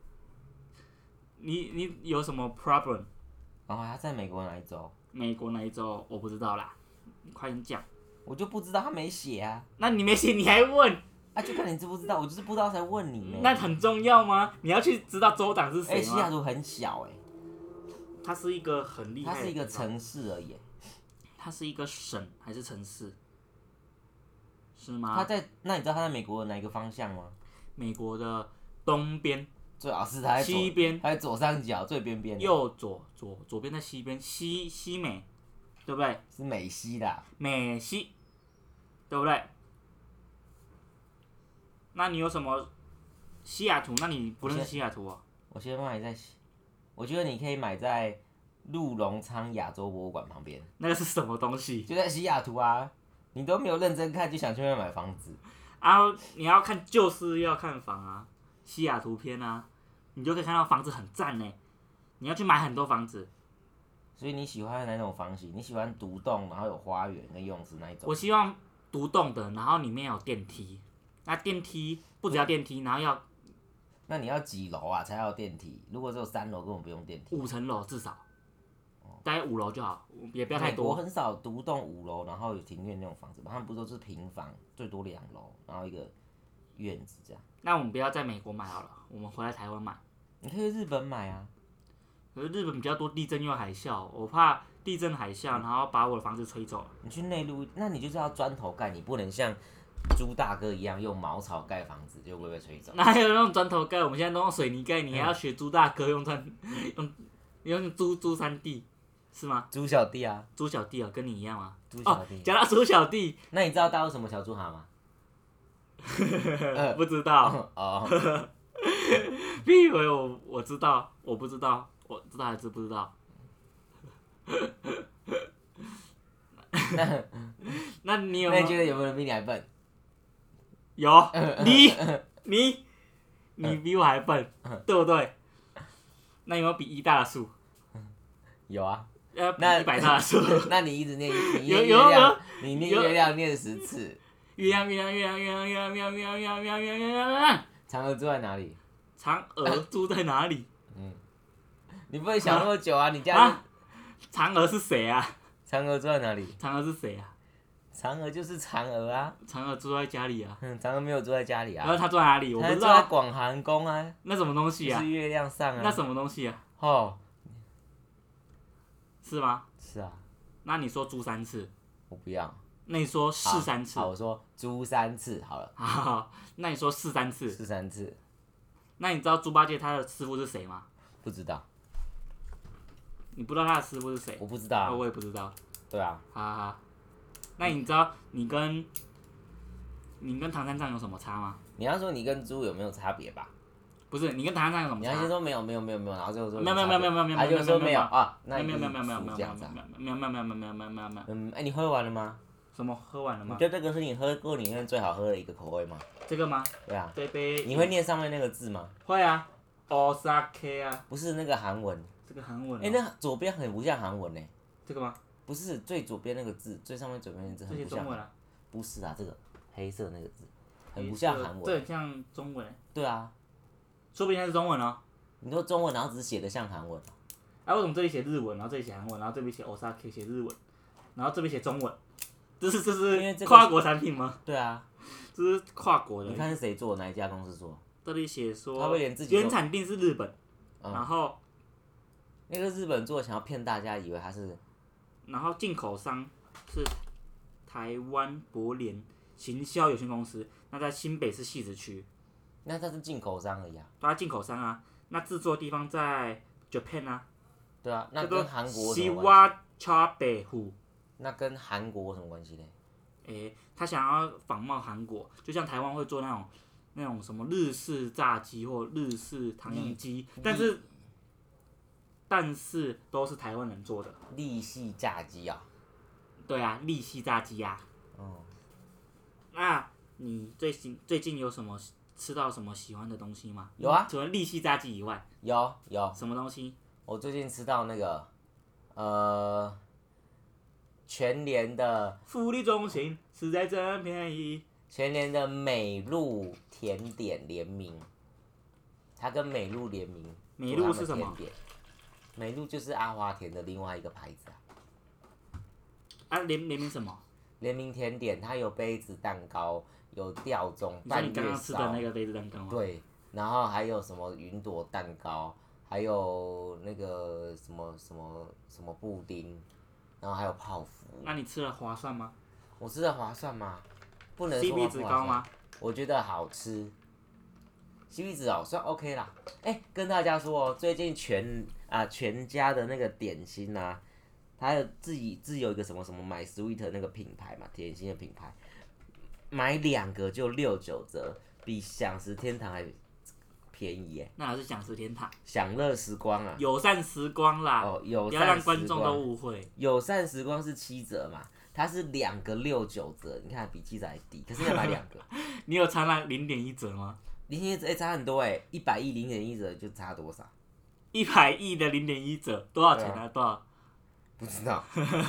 你有什么 problem？ 然后他在美国哪一州？ 美国哪一州我不知道啦，你快点讲。 我就不知道，他没写啊。 那你没写你还问？ 啊，就看你知不知道，我就是不知道才问你呢。 那很重要吗？你要去知道州长是谁吗？ 西雅图很小它是一个很厉害的地方。 它是一个城市而已。 它是一个省还是城市？是吗？ 那你知道它在美国的哪一个方向吗？ 美国的东边。 最好是它在西边， 它在左上角最边边。 右左边在西边，西美，对不对？ 是美西的。 美西，对不对？那你有什么西雅图？那你不认识西雅图啊？ 我先买在，我觉得你可以买在陆隆仓亚洲博物馆旁边。 那个是什么东西？ 就在西雅图啊！你都没有认真看，就想去那边买房子啊？你要看就是要看房啊，西雅图篇啊，你就可以看到房子很赞呢。你要去买很多房子。 所以你喜欢哪种房型？你喜欢独栋，然后有花园跟游泳池那一种？ 我希望独栋的，然后里面有电梯。那电梯不只要电梯，然后要…… 那你要几楼啊才要电梯？如果只有3楼，根本不用电梯。 5层楼至少，大概5楼就好，也不要太多。 美国很少独栋5楼，然后有庭院那种房子，他们不都是平房，最多2楼，然后一个院子这样。 那我们不要在美国买好了，我们回来台湾买。 你可以日本买啊。 可是日本比较多地震又海啸，我怕地震海啸，然后把我的房子吹走。 你去内陆，那你就是要砖头盖，你不能像朱大哥一样用茅草盖房子，就会被吹走。 哪有那种砖头盖？我们现在都用水泥盖，你还要学朱大哥用朱三弟是吗？ 朱小弟啊， 朱小弟啊，跟你一样啊。 朱小弟。 讲到朱小弟， 那你知道大陆什么小猪蛤吗？ 不知道。 哦。 你以为我知道？我不知道，我知道还是不知道？那你有没有？ 那你觉得有没有人比你还笨？ 有，你比我还笨，对不对？那有没有比1大的数？ 有啊。 比100大的数。 那你一直念，你有念月亮念10次。 月亮。 嫦娥住在哪里？ 嫦娥住在哪里？ 你不能想那么久啊！你这样。 嫦娥是谁啊？ 嫦娥住在哪里？ 嫦娥是谁啊？ 嫦娥就是嫦娥啊。 嫦娥住在家里啊。 嫦娥没有住在家里啊。 然后她住在哪里？我不知道。 她住在广寒宫啊。 那什么东西啊？ 是月亮上啊。 那什么东西啊？ 哦。 是吗？ 是啊。 那你说猪3次？ 我不要。 那你说试3次？ 好，我说猪3次好了。 好，那你说试3次？ 试3次。 那你知道猪八戒他的师傅是谁吗？ 不知道。 你不知道他的师傅是谁？ 我不知道啊。 我也不知道。 对啊。 哈。那你知道你跟唐三藏有什么差吗？ 你要说你跟猪有没有差别吧？ 不是，你跟唐三藏有什么差？ 你要先说没有，然后最后说没有， 他就说没有啊，那没有， 这样子啊。 没有。 你喝完了吗？ 什么喝完了吗？ 你觉得这个是你喝过里面最好喝的一个口味吗？ 这个吗？ 对啊。 这杯。 你会念上面那个字吗？ 会啊 ，Osaka 啊。 不是那个韩文。 这个韩文。 那左边很不像韩文呢。 这个吗？ 不是，最左边那个字，最上面左边那个字很不像。这些中文啊？不是啊，这个黑色那个字很不像韩文。 这很像中文。 对啊。 说不定它是中文哦。 你说中文，然后只是写的像韩文。 为什么这里写日文，然后这里写韩文，然后这边写 Osaka 写日文，然后这边写中文？这是跨国产品吗？ 对啊。 这是跨国的。 你看是谁做？哪一家公司做？ 这里写说， 他会连自己原产地是日本，然后那个日本做想要骗大家，以为他是， 然后进口商是台湾博联行销有限公司，那在新北市汐止区。 那他是进口商而已啊。 对啊，进口商啊，那制作地方在 Japan 啊。 对啊，那跟韩国有什么关系？ 那跟韩国有什么关系呢？ 他想要仿冒韩国，就像台湾会做那种什么日式炸鸡或日式唐扬鸡，但是都是台湾人做的。 立系炸鸡啊。 对啊，立系炸鸡啊。那你最近有什么吃到什么喜欢的东西吗？ 有啊。 除了立系炸鸡以外。 有。 什么东西？ 我最近吃到那个全联的福利中心实在真便宜， 全联的美露甜点联名，它跟美露联名。 美露是什么？ 美露就是阿华田的另外一个牌子啊，联名什么？ 联名甜点，它有杯子蛋糕，有吊钟， 你说你刚刚吃的那个杯子蛋糕吗？ 对，然后还有什么云朵蛋糕，还有那个什么布丁，然后还有泡芙。 那你吃了划算吗？ 我吃的划算吗？不能说 CP 值高吗？ 我觉得好吃，CP 值哦算 OK 啦。跟大家说哦，最近全家的那个点心啊，它有自己有一个什么买 sweet 那个品牌嘛，点心的品牌，买2个就69折，比享食天堂还便宜耶。 那还是享食天堂。 享乐时光啊。 友善时光啦。 哦，友善时光。 不要让观众都误会。 友善时光是7折嘛，它是2个69折，你看比7折还低，可是要买2个。 你有差那0.1折吗 0.1折差很多100亿0.1折就差多少 ？100亿的0.1折多少钱啊？多少？ 不知道。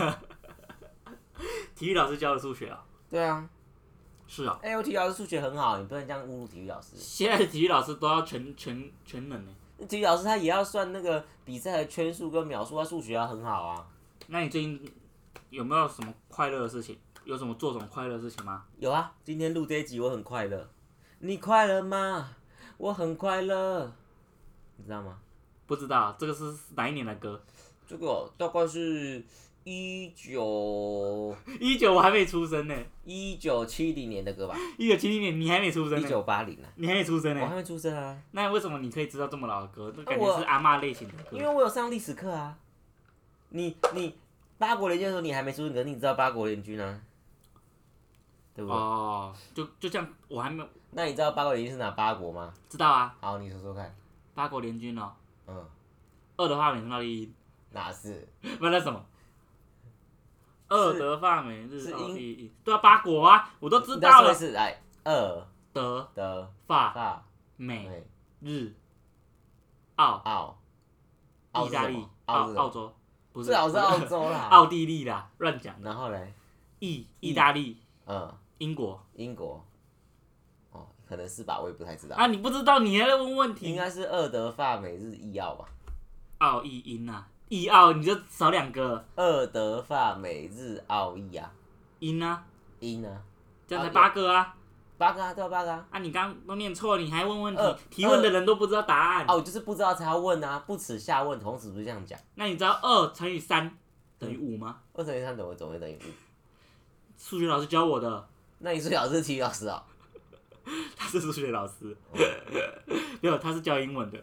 体育老师教的数学啊？ 对啊。 是啊。 我体育老师数学很好，你不能这样侮辱体育老师。 现在的体育老师都要全能呢。 体育老师他也要算那个比赛的圈数跟秒数，他数学要很好啊。 那你最近有没有什么快乐的事情？有什么做什么快乐的事情吗？ 有啊，今天录这一集我很快乐。你快乐吗？我很快乐。你知道吗？ 不知道，这个是哪一年的歌？ 这个大概是19 我还没出生呢。 1970年的歌吧。 1970年你还没出生呢。 1980啊。 你还没出生呢。 我还没出生啊。 那为什么你可以知道这么老的歌？感觉是阿嬷类型的歌。 因为我有上历史课啊。你八国联军的时候你还没出生，可是你知道八国联军啊？对不对？ 哦，就这样，我还没有。 那你知道八国联军是哪8国吗？ 知道啊。 好，你说说看。 八国联军哦。 嗯。 二德法美日奥意英。 哪是？ 不是那什么？二德法美日奥意英。对啊，8国啊，我都知道了。 是来二德法美日澳意大利澳洲。不是。 最好是澳洲啦。 奥地利啦，乱讲。 然后嘞？ 意大利。英国。 哦，可能是吧，我也不太知道。 啊，你不知道，你还在问问题。 应该是二德法美日意澳吧。 澳意英啊，意澳你就少2个。 二德法美日澳意啊。 英啊。这样才8个啊。 8个啊，对啊，8个啊。 啊，你刚刚都念错了，你还问问题，提问的人都不知道答案。 我就是不知道才要问啊，不耻下问，孔子不是这样讲。 那你知道2乘以3等于5吗 ？2乘以3怎么会等于5？ 数学老师教我的。 那你数学老师是体育老师哦？ 他是数学老师。没有，他是教英文的。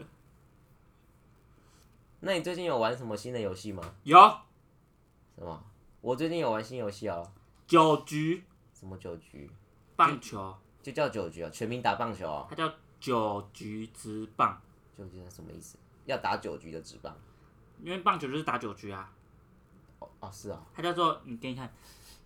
那你最近有玩什么新的游戏吗？ 有。 什么？我最近有玩新游戏哦。 9局。 什么9局？ 棒球。 就叫9局哦，全民打棒球哦。 它叫9局职棒。 9局是什么意思？要打9局的职棒。 因为棒球就是打9局啊。 是啊。 它叫做，你给你看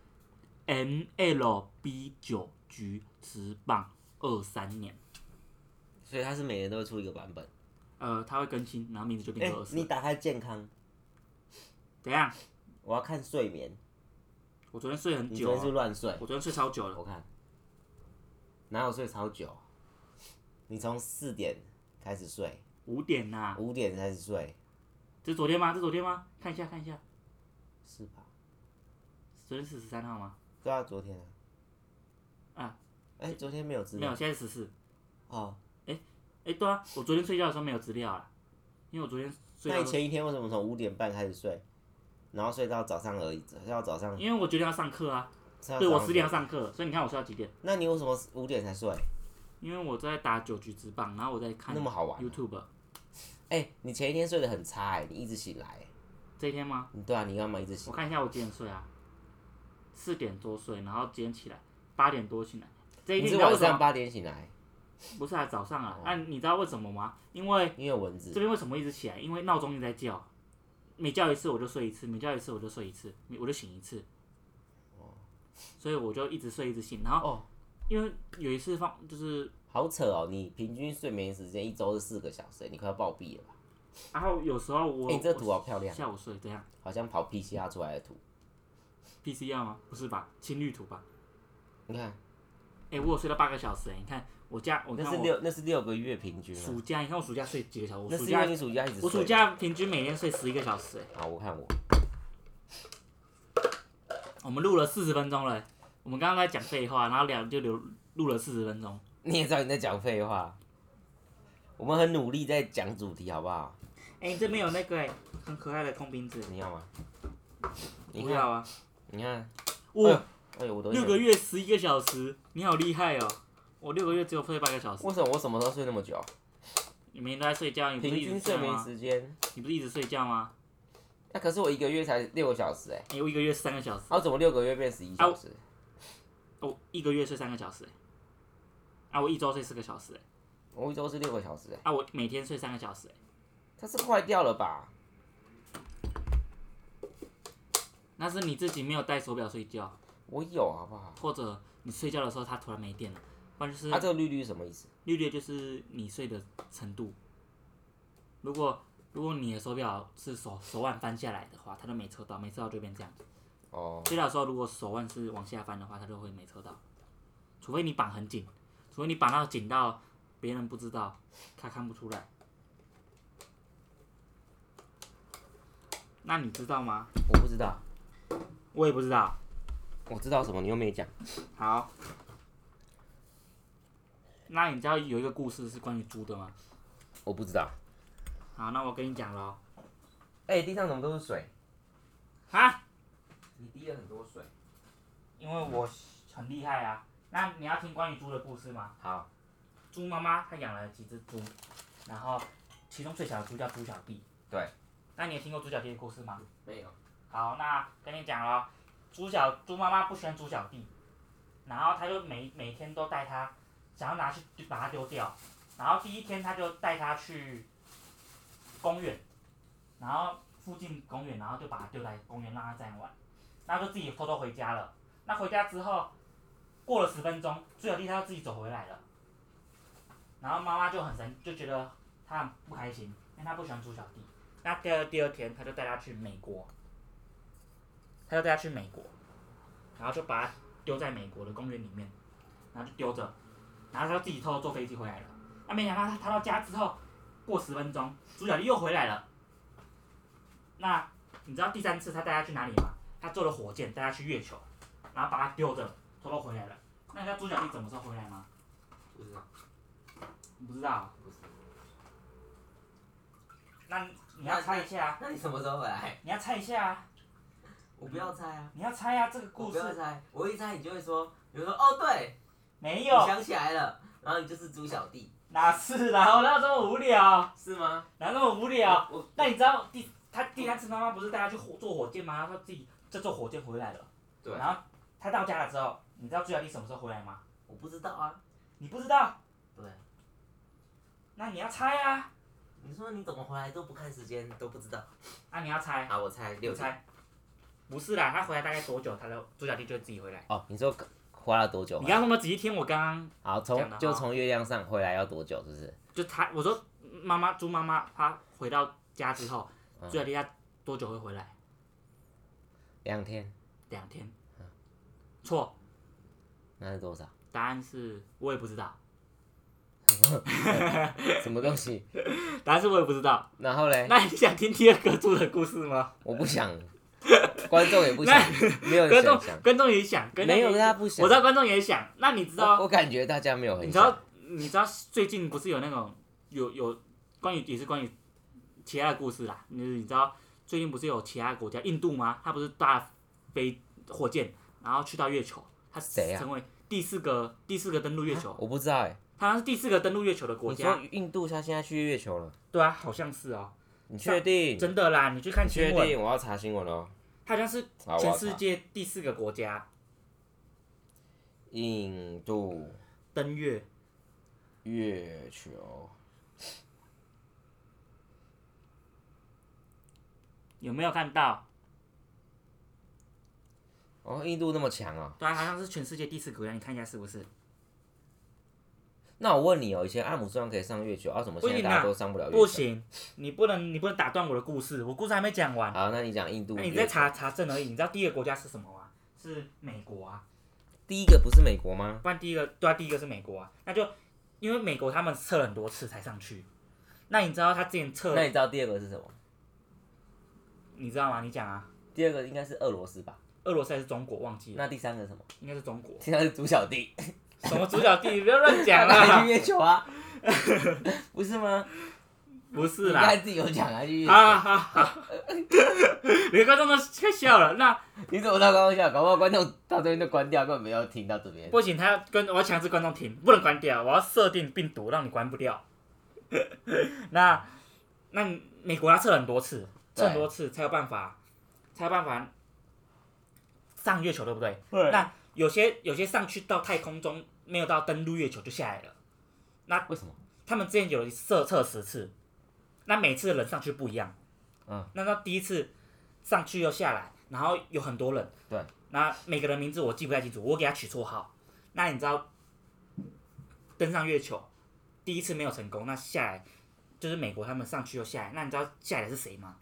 ，MLB 9局职棒23年。 所以它是每年都会出一个版本。 它会更新，然后名字就变成24。 你打开健康。 怎样？ 我要看睡眠。 我昨天睡很久。 你昨天是乱睡。 我昨天睡超久了。 我看。哪有睡超久？你从4点开始睡。 5点呐。 5点开始睡。 这是昨天吗？看一下。 是吧？ 昨天是13号吗？ 对啊，昨天啊。 昨天没有资料。 没有，现在是14。 哦。 对啊，我昨天睡觉的时候没有资料啊，因为我昨天睡。 那你前一天为什么从5点半开始睡，然后睡到早上而已？睡到早上。 因为我决定要上课啊。对，我10点要上课，所以你看我睡到几点？ 那你为什么5点才睡？ 因为我在打9局职棒，然后我在看。 那么好玩。 YouTube。 你前一天睡得很差你一直醒来。 这一天吗？ 对啊，你干嘛一直醒来？ 我看一下我几点睡啊？4点多睡，然后今天起来8点多醒来。这一天你是晚上8点醒来？ 不是早上啊。你知道为什么吗？因为蚊子。 这边为什么一直起来？因为闹钟一直在叫，每叫一次我就睡一次，每叫一次我就睡一次，我就醒一次。所以我就一直睡一直醒，然後因为有一次就是好扯哦，你平均睡眠时间1周是4个小时，你快要暴毙了吧？ 然后有时候你这图好漂亮。 下午睡这样。 好像跑 PCR 出来的图。 PCR 吗？不是吧？青绿图吧？ 你看。 我有睡到8个小时你看我看我那是6个月平均啊。 暑假，你看我暑假睡几个小时？ 那是因为你暑假一直睡。 我暑假平均每天睡11个小时好，我看我。 我们录了40分钟了，我们刚刚在讲废话，然后录了40分钟。 你也知道你在讲废话。我们很努力在讲主题，好不好？ 你这边有那个很可爱的空瓶子， 你要吗？ 不要啊！ 你看， 哇， 哎呦，我都 6个月11个小时，你好厉害哦！我6个月只有睡8个小时。 为什么我什么时候睡那么久？ 你每天都在睡觉，你不是一直平均睡眠时间。 你不是一直睡觉吗？ 那可是我1个月才6个小时我1个月3个小时。 怎么6个月变11小时？ 我1个月睡3个小时我1周睡4个小时我1周是6个小时我每天睡3个小时它是坏掉了吧？ 那是你自己没有戴手表睡觉。 我有，好不好？ 或者你睡觉的时候它突然没电了，不然就是。 这个绿绿是什么意思？ 绿绿就是你睡的程度。如果你的手表是手腕翻下来的话，它就没测到，没测到就变这样。睡觉的时候如果手腕是往下翻的话，它就会没测到。除非你绑很紧，除非你绑到紧到别人不知道，他看不出来。那你知道吗？ 我不知道。 我也不知道。 我知道什么，你又没讲。 好。那你知道有一个故事是关于猪的吗？ 我不知道。 好，那我跟你讲咯。 地上怎么都是水？ 啊？ 你滴了很多水。 因为我很厉害啊。那你要听关于猪的故事吗？ 好。 猪妈妈她养了几只猪，然后其中最小的猪叫猪小弟。 对。 那你有听过猪小弟的故事吗？ 没有。 好，那跟你讲咯，猪妈妈不喜欢猪小弟，然后她就每天都带他，想要拿去把它丢掉，然后第一天她就带他去公园，然后附近公园，然后就把它丢在公园让它这样玩，然后就自己偷偷回家了。那回家之后，过了10分钟，猪小弟他就自己走回来了，然后妈妈就就觉得他很不开心，因为他不喜欢猪小弟。那第二天他就带他去美国，然后就把他丢在美国的公园里面，然后就丢着，然后他就自己偷偷坐飞机回来了。那没想到他到家之后，过10分钟，猪小弟又回来了。那你知道第3次他带他去哪里吗？他坐了火箭带他去月球，然后把他丢着，偷偷回来了。那你知道猪小弟什么时候回来吗？ 不知道。 你不知道？ 不是。 那你要猜一下啊。 那你什么时候回来？ 你要猜一下啊。 我不要猜啊。 你要猜啊，这个故事。 我不要猜，我一猜你就会说，哦对。 没有。 我想起来了，然后你就是猪小弟。 哪是啦？我哪有这么无聊？ 是吗？ 哪那么无聊？那你知道他第3次妈妈不是带他去坐火箭吗？然后他自己就坐火箭回来了。 对。 然后他到家了之后，你知道猪小弟什么时候回来吗？ 我不知道啊。 你不知道？ 对。 那你要猜啊。 你说你怎么回来都不看时间，都不知道。 你要猜。 好，我猜6点。 猜。不是啦，他回来大概多久，猪小弟就会自己回来。 你说花了多久？ 你刚刚那么仔细听我刚刚。 好，从月亮上回来要多久？是不是？ 就我说猪妈妈她回到家之后，猪小弟他多久会回来 ？2天。 2天。错。 那是多少？ 答案是我也不知道。 什么东西？ 答案是我也不知道。 然后嘞？ 那你想听第2个猪的故事吗？ 我不想，观众也不想，没有人想。 观众也想， 没有他不想。 我知道观众也想。那你知道？ 我感觉大家没有很想。 你知道最近不是有那种有也是关于其他的故事啦？你知道最近不是有其他国家印度吗？他不是搭火箭，然后去到月球，他成为第四个登陆月球。 我不知道他好像是第4个登陆月球的国家。 你说印度他现在去月球了？ 对啊，好像是哦。 你确定？ 真的啦，你去看新闻。 确定？我要查新闻哦。 他好像是全世界第4个国家。 印度登月球有没有看到？ 印度那么强哦。 对啊，好像是全世界第4个国家，你看一下是不是？ 那我问你以前阿姆斯壮可以上月球，怎么现在大家都上不了月球？ 不行，你不能打断我的故事，我故事还没讲完。 好，那你讲印度。 那你在查证而已。你知道第2个国家是什么吗？是美国啊。 第一个不是美国吗？ 不然第一个是美国啊，那就因为美国他们测了很多次才上去。那你知道他之前测？ 那你知道第二个是什么？ 你知道吗？你讲啊。 第二个应该是俄罗斯吧？ 俄罗斯还是中国？忘记了。 那第三个是什么？ 应该是中国。 现在是猪小弟。 什么主角弟？不要乱讲他啦！ 去月球啊？不是吗？ 不是啦。 你刚才自己有讲啊，去月球。 好，你的观众都快笑了。那你怎么到刚刚笑？搞不好观众到这边就关掉，根本没有听到这边。 不行，我要强制观众听，不能关掉，我要设定病毒让你关不掉。那美国他测了很多次，才有办法上月球，对不对？ 对。 那有些上去到太空中没有到登陆月球就下来了。那为什么？ 他们之前有测10次，那每次的人上去不一样。那第一次上去又下来，然后有很多人。 对。 那每个人名字我记不太清楚，我给他取绰号。那你知道登上月球第一次没有成功，那下来就是美国他们上去又下来，那你知道下来的是谁吗？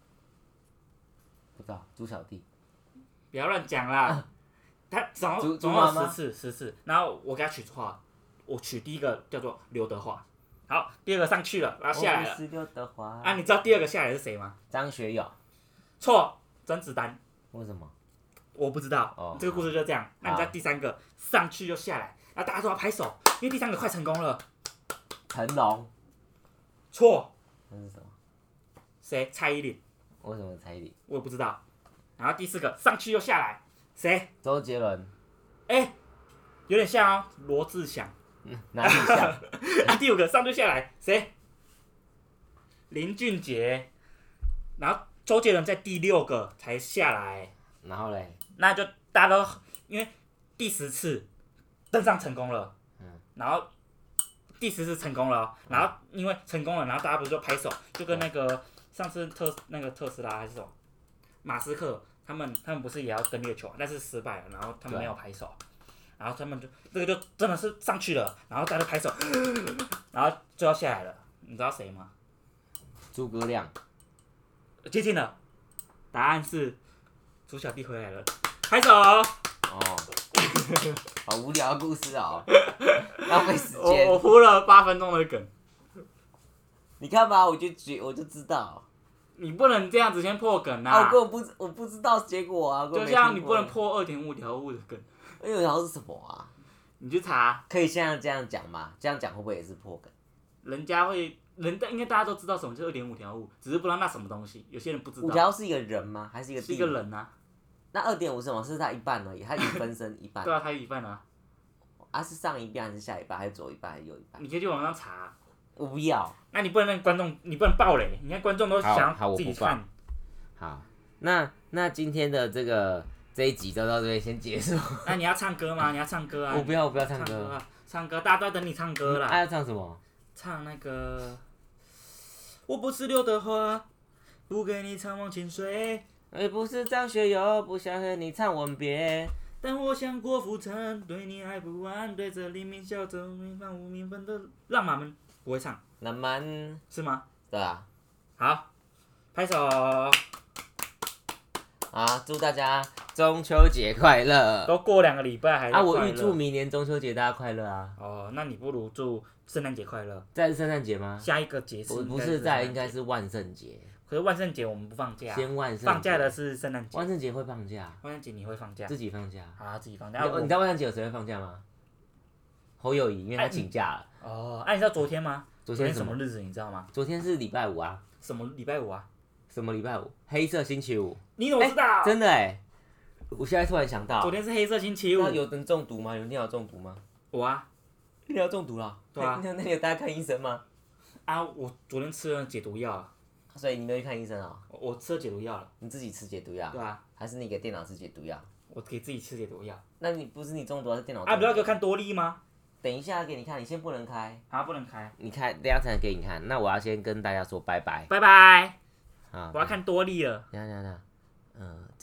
不知道，猪小弟。 不要乱讲啦！他总共有10次，然后我给他取绰号，我取第一个叫做刘德华。好，第二个上去了，然后下来了。 是刘德华。 啊，你知道第二个下来是谁吗？ 张学友。 错，甄子丹。 为什么？ 我不知道。这个故事就这样。那你知道第三个上去又下来，然后大家都要拍手，因为第三个快成功了。 成龙。 错。 那是什么？ 谁？蔡依林。 为什么蔡依林？ 我也不知道。然后第四个上去又下来，谁？ 周杰伦。 有点像哦，罗志祥。 哪里像？ 啊，第五个上去下来，谁？林俊杰。然后周杰伦在第6个才下来。 然后嘞？ 那就大家都因为第10次登上成功了。然后第10次成功了，然后因为成功了，然后大家不是就拍手，就跟那个上次特斯拉还是什么马斯克他们不是也要登月球，但是失败了，然后他们没有拍手，然后他们就这个就真的是上去了，然后大家拍手，然后就要下来了，你知道谁吗？ 诸葛亮。 接近了，答案是猪小弟回来了，拍手。 好无聊的故事哦，浪费时间。 我铺了8分钟的梗。 你看吧，我就知道。 你不能这样子先破梗啊！ 我不知道结果啊。 就像你不能破2.5条物的梗。 2.5条是什么啊？ 你去查。 可以现在这样讲吗？这样讲会不会也是破梗？ 应该大家都知道什么叫2.5条物，只是不知道那什么东西。有些人不知道。 5条是一个人吗？还是一个？ 是一个人啊。 那2.5是什么？是他一半而已，他已分身一半。 对啊，他一半啊。 是上一半还是下一半，还是左一半还是右一半？ 你可以去网上查。 我不要。 那你不能让观众，你不能爆雷，你看观众都想自己看。 好，那今天的这一集就到这边先结束。 那你要唱歌吗？你要唱歌啊？ 我不要唱歌。 唱歌，大家都在等你唱歌啦。 要唱什么？ 唱那个。我不是刘德华，不给你唱忘情水。 也不是张学友，不想和你唱吻别。 但我像郭富城，对你爱不完，对着黎明笑着平凡无名分的浪漫们不会唱。 浪漫是吗？ 对啊。 好，拍手。 祝大家中秋节快乐！ 都过2个礼拜还快乐。 我预祝明年中秋节大家快乐啊！ 那你不如祝圣诞节快乐。 再是圣诞节吗？ 下一个节日不是应该是万圣节。 可是万圣节我们不放假。 先万圣节。 放假的是圣诞节。 万圣节会放假。 万圣节你会放假？ 自己放假。 自己放假。 你知道万圣节有谁会放假吗？侯友宜，因为他请假了。 你知道昨天吗？ 昨天什么日子你知道吗？ 昨天是礼拜5啊。 什么礼拜5啊？ 什么礼拜5？黑色星期五。 你怎么知道？ 真的我现在突然想到， 昨天是黑色星期五。 那有人中毒吗？有人电脑中毒吗？ 我啊。 电脑中毒了？ 对啊。 那你有带他看医生吗？ 我昨天吃了解毒药了。 所以你没去看医生啊？ 我吃了解毒药了。 你自己吃解毒药？ 对啊。 还是你给电脑吃解毒药？ 我给自己吃解毒药。 那你不是你中毒，是电脑中毒？ 不要给我看多利吗？ 等一下给你看，你先不能开。 不能开。 你开，等下才能给你看。那我要先跟大家说拜拜。 拜拜。 好。 我要看多利了。 等下。